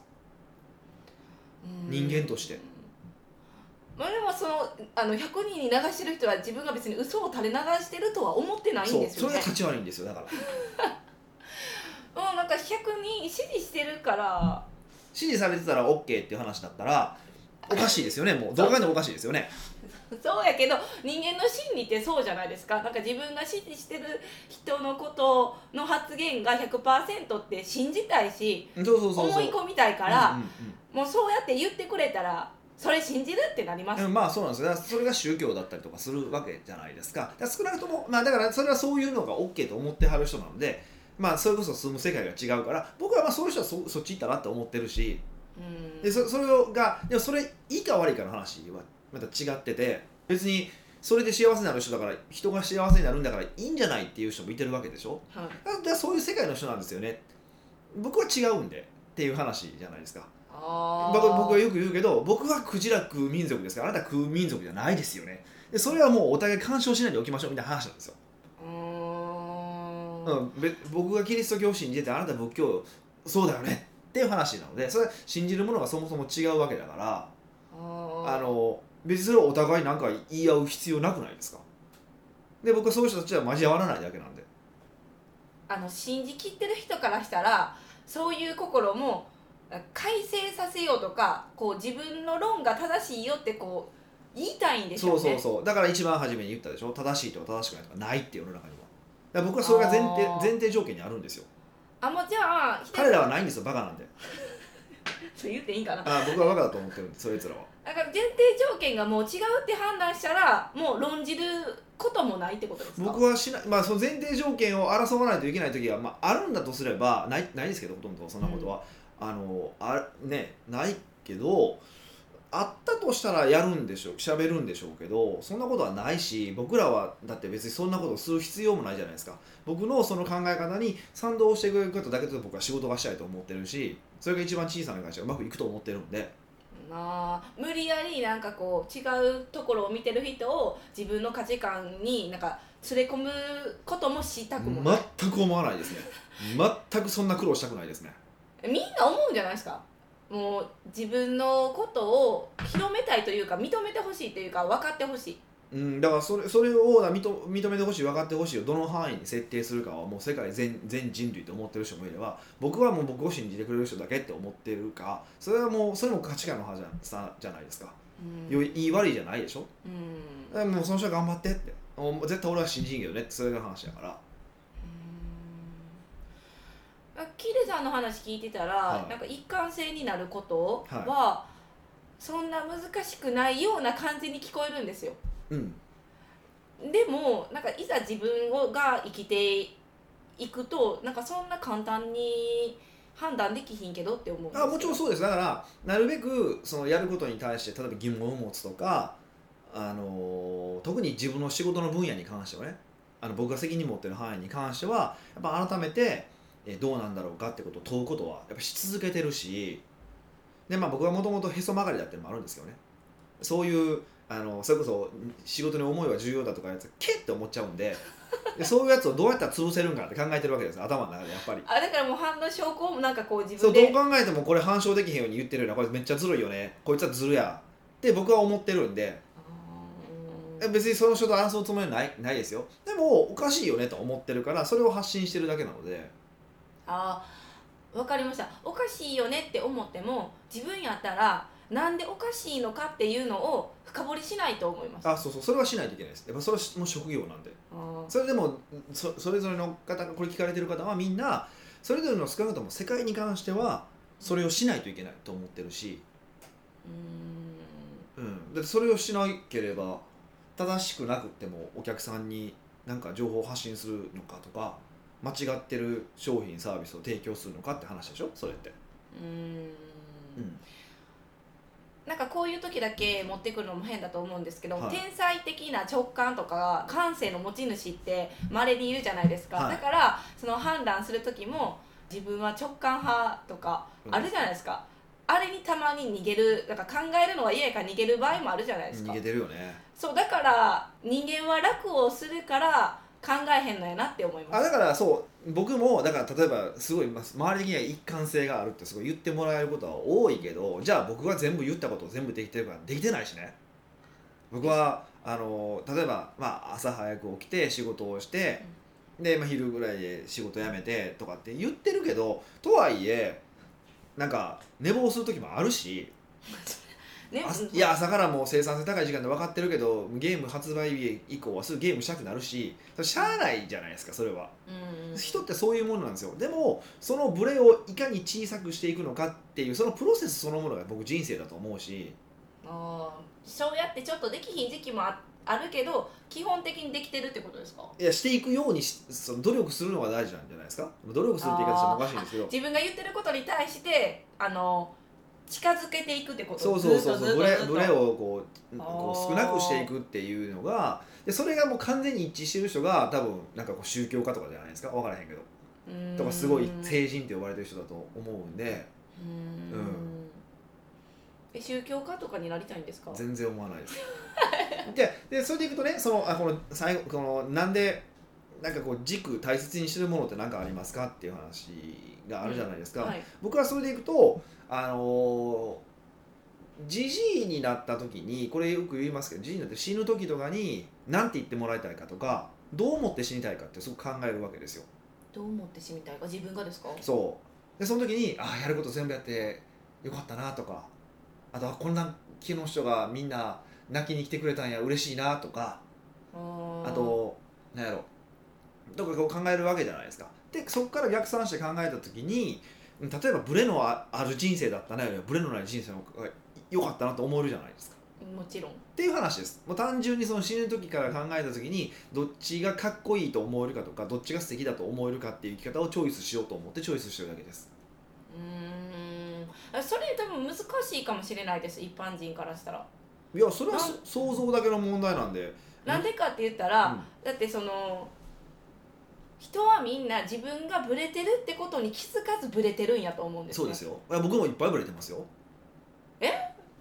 [SPEAKER 1] 人間として。
[SPEAKER 2] まあ、でもそのあのひゃくにんに流してる人は自分が別に嘘を垂れ流してるとは思ってないんですよね。
[SPEAKER 1] そうそれが立ち悪いんですよだから
[SPEAKER 2] もうなんかひゃくにん支持してるから
[SPEAKER 1] 支持されてたら OK っていう話だったらおかしいですよね。もうどう考えてもおかしいですよね
[SPEAKER 2] そうやけど人間の心理ってそうじゃないですか。なんか自分が支持してる人のことの発言が ひゃくパーセント って信じたいし
[SPEAKER 1] そうそうそうそう
[SPEAKER 2] 思い込みたいから、
[SPEAKER 1] うんうん
[SPEAKER 2] うん、もうそうやって言ってくれたらそれ信じるってなります。
[SPEAKER 1] まあそうなんですよ。それが宗教だったりとかするわけじゃないですか。だから少なくともまあだからそれはそういうのが OK と思ってはる人なのでまあそれこそ住む世界が違うから僕はまあそういう人は そ, そっち行ったなって思ってるし、うんで そ, それがでもそれいいか悪いかの話はまた違ってて別にそれで幸せになる人だから人が幸せになるんだからいいんじゃないっていう人もいてるわけでしょ、はい、だからそういう世界の人なんですよね。僕は違うんでっていう話じゃないですか。あ僕はよく言うけど僕はクジラ食う民族ですからあなた食う民族じゃないですよね。でそれはもうお互い干渉しないでおきましょうみたいな話なんですよ。うーん、うん、僕がキリスト教信じててあなた仏教そうだよねっていう話なのでそれは信じるものがそもそも違うわけだからあの別にそれをお互いなんか言い合う必要なくないですか。で僕はそういう人たちは交わらないだけなんで
[SPEAKER 2] あの信じきってる人からしたらそういう心も改正させようとかこう自分の論が正しいよってこう言いたいんでしょうね。
[SPEAKER 1] そうそうそうだから一番初めに言ったでしょ正しいとか正しくないとかないって世の中には。だから僕はそれが前提前提条件にあるんですよ。
[SPEAKER 2] あもうじゃあ
[SPEAKER 1] 彼らはないんですよバカなんで
[SPEAKER 2] そう言っていいんかな
[SPEAKER 1] あ僕はバカだと思ってるんでそういうやつらは。
[SPEAKER 2] だから前提条件がもう違うって判断したらもう論じることもないってことですか。
[SPEAKER 1] 僕はしない、まあ、その前提条件を争わないといけない時は、まあ、あるんだとすればないないですけどほとんどそんなことは、うん、あのあねないけどあったとしたらやるんでしょう喋るんでしょうけどそんなことはないし僕らはだって別にそんなことをする必要もないじゃないですか。僕のその考え方に賛同してくれることだけで僕は仕事がしたいと思ってるしそれが一番小さな会社がうまくいくと思ってるんで。
[SPEAKER 2] うなあ無理やりなんかこう違うところを見てる人を自分の価値観になんか連れ込むこともしたくもない。
[SPEAKER 1] 全く思わないですね。全くそんな苦労したくないですね。
[SPEAKER 2] みんな思うんじゃないですか。もう自分のことを広めたいというか認めてほしいというか分かってほしい。
[SPEAKER 1] うん、だからそれ、それを認認めてほしい、分かってほしいをどの範囲に設定するかはもう世界 全, 全人類と思ってる人もいれば、僕はもう僕を信じてくれる人だけって思ってるか、それはもうそれも価値観の話じゃじゃないですか。
[SPEAKER 2] うん
[SPEAKER 1] よいいい悪いじゃないでしょ。
[SPEAKER 2] うん
[SPEAKER 1] だからもうその人は頑張ってって、もう絶対俺は信じんけどねって、それが話だから。
[SPEAKER 2] うんキレさんの話聞いてたら、
[SPEAKER 1] はい
[SPEAKER 2] なんか一貫性になることは、そんな難しくないような感じに聞こえるんですよ。
[SPEAKER 1] うん
[SPEAKER 2] でもなんかいざ自分をが生きていくとなんかそんな簡単に判断できひんけどって思うんですよ。
[SPEAKER 1] あもちろんそうです。だからなるべくそのやることに対して例えば疑問を持つとか、あの特に自分の仕事の分野に関してはね、あの僕が責任持ってる範囲に関してはやっぱ改めてえどうなんだろうかってことを問うことはやっぱし続けてるし、で、まあ、僕はもともとへそ曲がりだっていうのもあるんですけどね。そういうあのそれこそ仕事に思いは重要だとかやつけって思っちゃうんで、でそういうやつをどうやったら潰せるんかって考えてるわけです頭の中でやっぱり。
[SPEAKER 2] あだからもう反応証拠もなんかこう自
[SPEAKER 1] そう
[SPEAKER 2] 分で
[SPEAKER 1] どう考えてもこれ反証できへんように言ってるような、これめっちゃずるいよね、こいつはずるやって僕は思ってるんで、
[SPEAKER 2] あー
[SPEAKER 1] 別にその人と争うつもりはないないですよ。でもおかしいよねと思ってるからそれを発信してるだけなので。
[SPEAKER 2] あーわかりました。おかしいよねって思っても自分やったらなんでおかしいのかっていうのを深掘りしないと思います。
[SPEAKER 1] あそうそう、それはしないといけないです。やっぱそれはもう職業なんで。
[SPEAKER 2] あ
[SPEAKER 1] それでも そ, それぞれの方がこれ聞かれてる方はみんなそれぞれの少なくとも世界に関してはそれをしないといけないと思ってるし、
[SPEAKER 2] うーん
[SPEAKER 1] うん、だってそれをしなければ正しくなくってもお客さんに何か情報を発信するのかとか、間違ってる商品サービスを提供するのかって話でしょそれって。
[SPEAKER 2] うーん
[SPEAKER 1] うん
[SPEAKER 2] なんかこういう時だけ持ってくるのも変だと思うんですけど、
[SPEAKER 1] はい
[SPEAKER 2] 天才的な直感とか感性の持ち主って稀にいるじゃないですか、
[SPEAKER 1] はい
[SPEAKER 2] だからその判断する時も自分は直感派とかあるじゃないですか、あれにたまに逃げる、だから考えるのは嫌やから逃げる場合もあるじゃないですか。
[SPEAKER 1] 逃げてるよね。
[SPEAKER 2] そうだから人間は楽をするから考えへんのやなって思います。
[SPEAKER 1] あだからそう僕もだから例えばすごいま周り的には一貫性があるってすごい言ってもらえることは多いけど、じゃあ僕が全部言ったことを全部できてるからできてないしね。僕はあの例えば、まあ、朝早く起きて仕事をして、で、まあ、昼ぐらいで仕事辞めてとかって言ってるけど、とはいえなんか寝坊する時もあるし、
[SPEAKER 2] ね、
[SPEAKER 1] あいや朝からもう生産性高い時間で分かってるけどゲーム発売日以降はすぐゲームしたくなるし、それしゃあないじゃないですかそれは。
[SPEAKER 2] うん
[SPEAKER 1] 人ってそういうものなんですよ。でもそのブレをいかに小さくしていくのかっていうそのプロセスそのものが僕人生だと思うし。
[SPEAKER 2] あーそうやってちょっとできひん時期も あ, あるけど基本的にできてるってことですか。
[SPEAKER 1] いやしていくようにしその努力するのが大事なんじゃないですか。努力するって言い方してもおかしいんですけど、
[SPEAKER 2] 自分が言ってることに対してあの近づけていくってこと。
[SPEAKER 1] そうそうそう
[SPEAKER 2] ず
[SPEAKER 1] そうブレ
[SPEAKER 2] っとずっとずっと
[SPEAKER 1] ブレをこう
[SPEAKER 2] あー
[SPEAKER 1] こう少なくしていくっていうのが、でそれがもう完全に一致してる人が多分なんかこう宗教家とかじゃないですか、分からへんけど、
[SPEAKER 2] うーん
[SPEAKER 1] とかすごい聖人って呼ばれてる人だと思うんで、
[SPEAKER 2] うーん
[SPEAKER 1] うん
[SPEAKER 2] え宗教家とかになりたいんですか。
[SPEAKER 1] 全然思わないですで, でそれでいくとね、そのあこの最後このなんでなんかこう軸大切にしてるものって何かありますかっていう話があるじゃないですか、
[SPEAKER 2] はい
[SPEAKER 1] 僕はそれでいくとあのじじいになった時にこれよく言いますけど、じじいになって死ぬ時とかに何て言ってもらいたいかとかどう思って死にたいかってすごく考えるわけですよ。
[SPEAKER 2] どう思って死にたいか、自分がですか。
[SPEAKER 1] そうでその時にああやること全部やってよかったなとか、あとはこんな気の人がみんな泣きに来てくれたんや嬉しいなとか、
[SPEAKER 2] あ
[SPEAKER 1] あと何やろとかこう考えるわけじゃないですか。でそこから逆算して考えた時に例えばブレのあある人生だったなよりはブレのない人生の方が良かったなと思えるじゃないですか
[SPEAKER 2] もちろん
[SPEAKER 1] っていう話です。もう単純にその死ぬ時から考えた時にどっちがかっこいいと思えるかとかどっちが素敵だと思えるかっていう生き方をチョイスしようと思ってチョイスしてるだけです。
[SPEAKER 2] うーんそれ多分難しいかもしれないです、一般人からしたら。
[SPEAKER 1] いやそれは
[SPEAKER 2] なん
[SPEAKER 1] 想像だけの問題なんで。
[SPEAKER 2] なんでかって言ったら、
[SPEAKER 1] うん
[SPEAKER 2] だってその人はみんな自分がブレてるってことに気づかずブレてるんやと思うんですよ。
[SPEAKER 1] そうですよ。いや僕もいっぱいブレてますよ。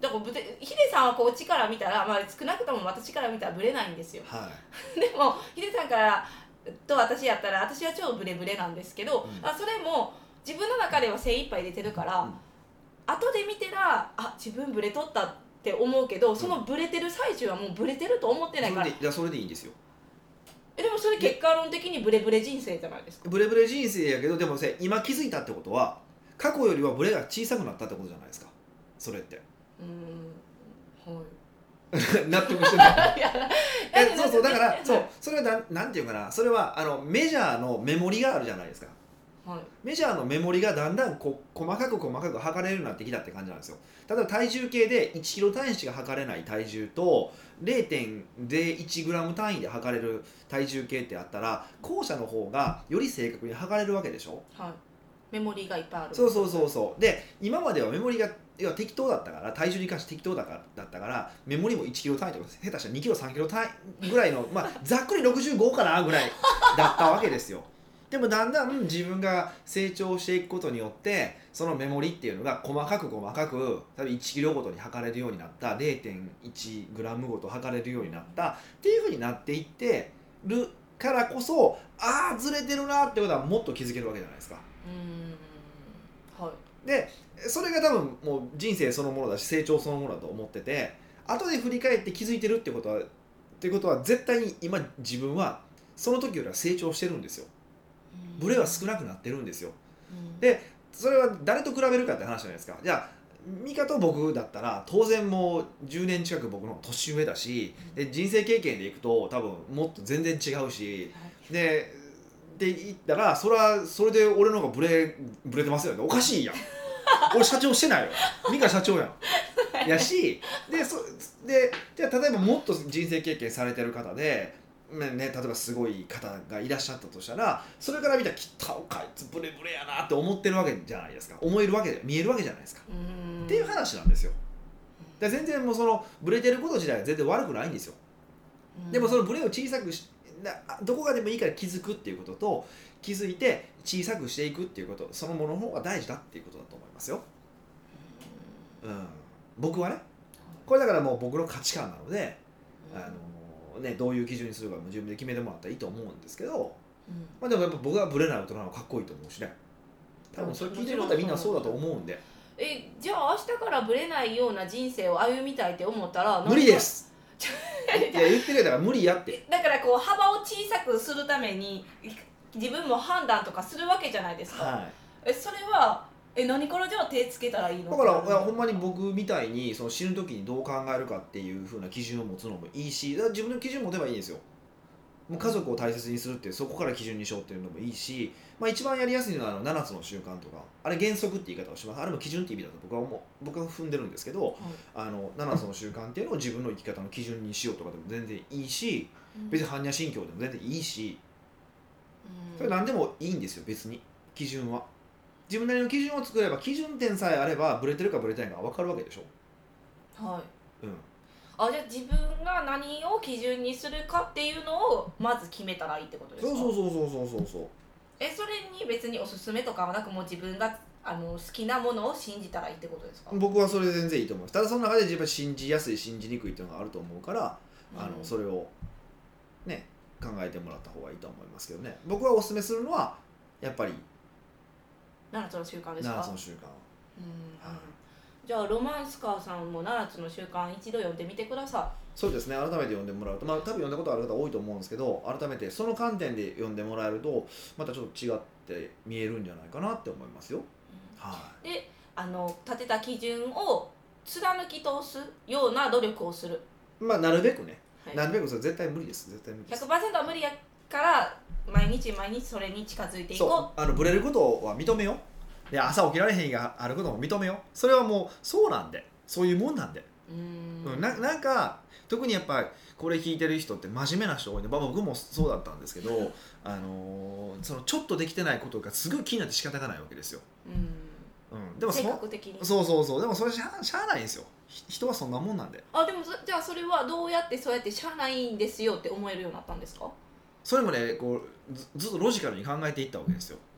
[SPEAKER 2] だからブレヒデさんはこう力見たら、まあ、少なくとも私から見たらブレないんですよ
[SPEAKER 1] は
[SPEAKER 2] でもヒデさんからと私やったら私は超ブレブレなんですけど、
[SPEAKER 1] うん
[SPEAKER 2] あそれも自分の中では精一杯出てるから、
[SPEAKER 1] うん
[SPEAKER 2] 後で見てらあ自分ブレとったって思うけど、そのブレてる最中はもうブレてると思って
[SPEAKER 1] い、
[SPEAKER 2] ないから。
[SPEAKER 1] それでいやそれでいいんですよ。
[SPEAKER 2] えでもそれ結果論的にブレブレ人生じゃないですか。
[SPEAKER 1] ブレブレ人生やけど、でもせ今気づいたってことは過去よりはブレが小さくなったってことじゃないですか、それって
[SPEAKER 2] うーんはい
[SPEAKER 1] 納得してない
[SPEAKER 2] いや
[SPEAKER 1] えそうそうだから
[SPEAKER 2] はい
[SPEAKER 1] そうそれはなんなんていうかな、それはあのメジャーのメモリがあるじゃないですか。
[SPEAKER 2] はい
[SPEAKER 1] メジャーのメモリがだんだんこ細かく細かく測れるようになってきたって感じなんですよ。例えば体重計でいちキロ単位しか測れない体重と れいてんぜろいちグラム単位で測れる体重計ってあったら、後者の方がより正確に測れるわけでしょ。
[SPEAKER 2] はいメモリがいっぱいある。
[SPEAKER 1] そうそうそうそう。で今まではメモリが要は適当だったから、体重に関して適当だからだったからメモリもいちキロ単位とか下手したらにキロさんキロ単位ぐらいのまあざっくりろくじゅうごかなぐらいだったわけですよ。でもだんだん自分が成長していくことによってそのメモリっていうのが細かく細かく多分いちキロごとに測れるようになった、 れいてんいちグラムごと測れるようになったっていうふうになっていってるからこそ、ああずれてるなってことはもっと気づけるわけじゃないですか。
[SPEAKER 2] うーんはい
[SPEAKER 1] でそれが多分もう人生そのものだし成長そのものだと思ってて、後で振り返って気づいてるってことはっていうことは絶対に今自分はその時よりは成長してるんですよ。ブレは少なくなってるんですよ。
[SPEAKER 2] うん
[SPEAKER 1] でそれは誰と比べるかって話じゃないですか。じゃあミカと僕だったら当然もうじゅうねん近く僕の方が年上だし、で人生経験でいくと多分もっと全然違うし、でで言ったらそれはそれで俺の方がブレブレてますよね。おかしいやん俺社長してないよ、ミカ社長やんやし、でそでじゃあ例えばもっと人生経験されてる方でね、例えばすごい方がいらっしゃったとしたら、それから見たら「きったおかいつブレブレやな」って思ってるわけじゃないですか。思えるわけで見えるわけじゃないですか、
[SPEAKER 2] うーん
[SPEAKER 1] っていう話なんですよ。で全然もうそのブレてること自体は全然悪くないんですよ。でもそのブレを小さくしなどこがでもいいから気づくっていうことと、気づいて小さくしていくっていうこと、そのものの方が大事だっていうことだと思いますよ。うん、僕はねこれだからもう僕の価値観なので、あのね、どういう基準にするかも自分で決めてもらったらいいと思うんですけど、
[SPEAKER 2] うん
[SPEAKER 1] まあ、でもやっぱ僕はブレない大人はかっこいいと思うしね。多分それ聞いてる方はみんなそうだと思うんで。
[SPEAKER 2] えじゃあ明日からブレないような人生を歩みたいって思ったら
[SPEAKER 1] 無理ですいや言ってるよだから無理やって
[SPEAKER 2] だからこう幅を小さくするために自分も判断とかするわけじゃないですか、
[SPEAKER 1] は
[SPEAKER 2] えそれはえ何からじゃあ手つけたらいい
[SPEAKER 1] い、
[SPEAKER 2] の
[SPEAKER 1] だからいやほんまに僕みたいにその死ぬ時にどう考えるかっていう風な基準を持つのもいいし、だから自分の基準持てばいいんですよ。もう家族を大切にするっていうそこから基準にしようっていうのもいいし、まあ、一番やりやすいのはあのななつの習慣とか、あれ原則って言い方をします。あれも基準って意味だと僕は思う僕は踏んでるんですけど、あのななつの習慣っていうのを自分の生き方の基準にしようとかでも全然いいし、別に般若心経でも全然いいし、
[SPEAKER 2] うん
[SPEAKER 1] それ何でもいいんですよ。別に基準は自分なりの基準を作れば、基準点さえあればブレてるかブレてないか分かるわけでしょ。
[SPEAKER 2] はい
[SPEAKER 1] うん
[SPEAKER 2] あじゃあ自分が何を基準にするかっていうのをまず決めたらいいってことですか。
[SPEAKER 1] そうそうそうそうそうそうそう
[SPEAKER 2] えそれに別におすすめとかはなく、もう自分があの好きなものを信じたらいいってことですか。
[SPEAKER 1] 僕はそれで全然いいと思います。ただその中で自分は信じやすい信じにくいっていうのがあると思うから、あの
[SPEAKER 2] うん
[SPEAKER 1] それをね考えてもらった方がいいと思いますけどね。僕はおすすめするのはやっぱり
[SPEAKER 2] ななつの習慣ですか。
[SPEAKER 1] ななつの習慣。
[SPEAKER 2] うん
[SPEAKER 1] はい
[SPEAKER 2] じゃあロマンスカーさんもななつの習慣一度読んでみてくださ
[SPEAKER 1] そうですね、改めて読んでもらうと、まあ多分読んだことある方多いと思うんですけど、改めてその観点で読んでもらえるとまたちょっと違って見えるんじゃないかなって思いますよ。
[SPEAKER 2] い。
[SPEAKER 1] はい
[SPEAKER 2] であの立てた基準を貫き通すような努力をする。
[SPEAKER 1] まあなるべくね、
[SPEAKER 2] はい
[SPEAKER 1] なるべくそれ絶対無理です。絶対無理です。
[SPEAKER 2] ひゃくパーセント は無理やから毎日毎日それに近づいていこ
[SPEAKER 1] そうあのブレることは認めよう。で朝起きられへん日があることも認めよう。それはもうそうなんで、そういうもんなんで、
[SPEAKER 2] う。うん
[SPEAKER 1] うん、ななんか特にやっぱりこれ聞いてる人って真面目な人多いんで、まあ、僕もそうだったんですけど、あのーそのちょっとできてないことがすごい気になって仕方がないわけですよ。
[SPEAKER 2] うん
[SPEAKER 1] うん、でもそ
[SPEAKER 2] 性格的に。
[SPEAKER 1] そうそうそうでもそれしゃしゃあないんですよ。ひ人はそんなもんなんで。
[SPEAKER 2] あでもそじゃあそれはどうやってそうやってしゃあないんですよって思えるようになったんですか。
[SPEAKER 1] それもねこうずずっとロジカルに考えていったわけですよ。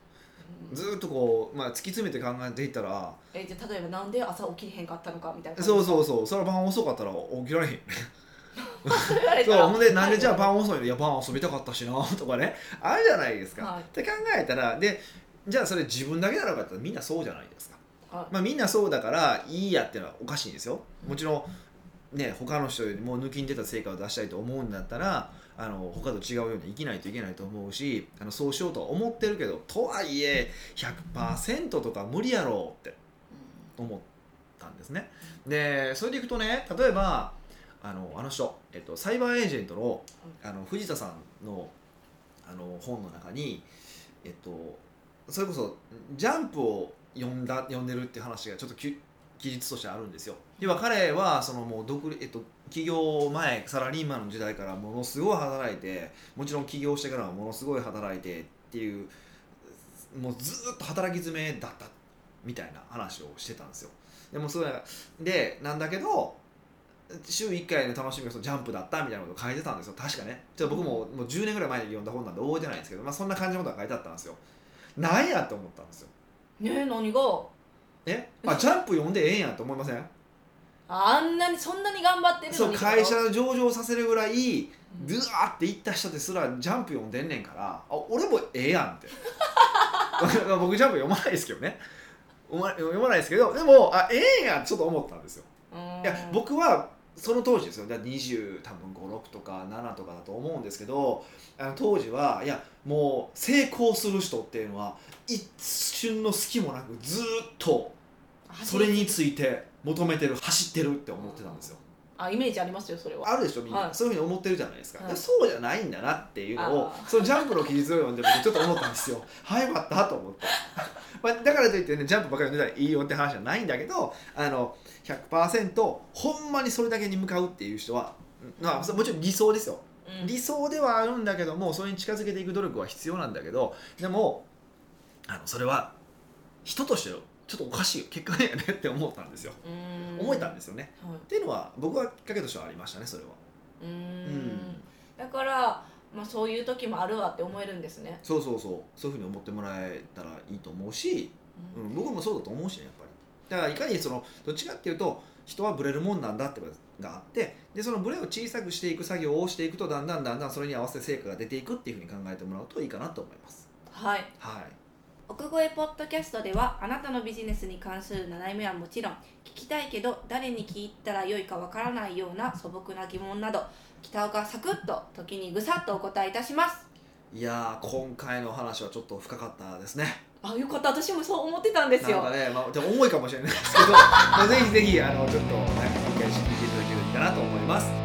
[SPEAKER 1] ずーっとこう、まあ、突き詰めて考えていったら、
[SPEAKER 2] えじゃあ例えばなんで朝起きれへんかったのかみたいな感じ
[SPEAKER 1] そう
[SPEAKER 2] う
[SPEAKER 1] そうそう、それは晩遅かったら起きられへん
[SPEAKER 2] そう言われた
[SPEAKER 1] そう
[SPEAKER 2] ら
[SPEAKER 1] ほんでなんでじゃあ
[SPEAKER 2] はい
[SPEAKER 1] 晩遅いの、いや晩遊びたかったしなとかね、あるじゃないですか、
[SPEAKER 2] はい
[SPEAKER 1] って考えたら、でじゃあそれ自分だけなのかって言ったらみんなそうじゃないですか、
[SPEAKER 2] はい
[SPEAKER 1] まあ、みんなそうだからいいやっていうのはおかしいんですよ。もちろんね、他の人よりも抜きに出た成果を出したいと思うんだったら、あの他と違うように生きないといけないと思うし、あのそうしようとは思ってるけど、とはいえ ひゃくパーセント とか無理やろうって思ったんですね。でそれでいくとね、例えばあのあの人、えっと、サイバーエージェントの、あの藤田さんの、あの本の中に、えっと、それこそジャンプを読んだ読んでるっていう話がちょっと記述としてあるんですよ。要は彼はそのもう独立、えっと、起業前サラリーマンの時代からものすごい働いて、もちろん起業してからはものすごい働いてっていう、もうずっと働き詰めだったみたいな話をしてたんですよ。でもそれでなんだけど週いっかいの楽しみがそのジャンプだったみたいなことを書いてたんですよ、確かね。ちょっと僕ももうじゅうねんぐらい前に読んだ本なんで覚えてないんですけど、まあ、そんな感じのことが書いてあったんですよ。なんやって思ったんですよ。
[SPEAKER 2] ねえ何が
[SPEAKER 1] えあジャンプ読んでええんやと思いません？
[SPEAKER 2] あんなにそんなに頑張ってるの
[SPEAKER 1] そう
[SPEAKER 2] に
[SPEAKER 1] 会社を上場させるぐらいドゥワーって行った人ですらジャンプ読んでんねんから、あ俺もええやんって僕ジャンプ読まないですけどね、読ま読まないですけど、でもあええんやんちょっと思ったんですよ。
[SPEAKER 2] うん
[SPEAKER 1] いや僕はその当時ですよ、だからにじゅう多分ご、ろくとかななとかだと思うんですけど、あの当時はいやもう成功する人っていうのは一瞬の隙もなくずーっとそれについて求めてる、走ってるって思ってたんですよ。
[SPEAKER 2] あイメージありますよそれは。
[SPEAKER 1] あるでしょみんな、
[SPEAKER 2] はい
[SPEAKER 1] そういうふうに思ってるじゃないですか、
[SPEAKER 2] はい
[SPEAKER 1] でそうじゃないんだなっていうのを
[SPEAKER 2] あー
[SPEAKER 1] そのジャンプの記述を読んで僕ちょっと思ったんですよはいまったと思ってまあだからといってねジャンプばっかり読んでたらいいよって話じゃないんだけど、あの ひゃくパーセント ほんまにそれだけに向かうっていう人は、まあ、もちろん理想ですよ、
[SPEAKER 2] うん
[SPEAKER 1] 理想ではあるんだけども、それに近づけていく努力は必要なんだけど、でもあのそれは人としてちょっとおかしいよ結果ねって思ったんですよ、
[SPEAKER 2] うん
[SPEAKER 1] 思えたんですよね、
[SPEAKER 2] はい
[SPEAKER 1] っていうのは僕はきっかけとしてはありましたね、それは。
[SPEAKER 2] うーん
[SPEAKER 1] うん
[SPEAKER 2] だから、まあ、そういう時もあるわって思えるんですね。
[SPEAKER 1] そうそうそう、そういうふうに思ってもらえたらいいと思うし、
[SPEAKER 2] う
[SPEAKER 1] うんん、僕もそうだと思うしね、やっぱり。だからいかにそのどっちかっていうと人はブレるもんなんだってことがあって、でそのブレを小さくしていく作業をしていくと、だんだんだんだんそれに合わせて成果が出ていくっていうふうに考えてもらうといいかなと思います。
[SPEAKER 2] はい。
[SPEAKER 1] はい。
[SPEAKER 2] 奥越ポッドキャストではあなたのビジネスに関する悩みはもちろん、聞きたいけど誰に聞いたらよいかわからないような素朴な疑問など、北岡サクッと時にぐさっとお答えいたします。
[SPEAKER 1] いやー今回の話はちょっと深かったですね。
[SPEAKER 2] あ、よかった、私もそう思ってたんですよ。
[SPEAKER 1] なんかね、まあ、でも重いかもしれないですけどまあぜひぜひあのちょっと、ね、理解していただけるといいかなと思います。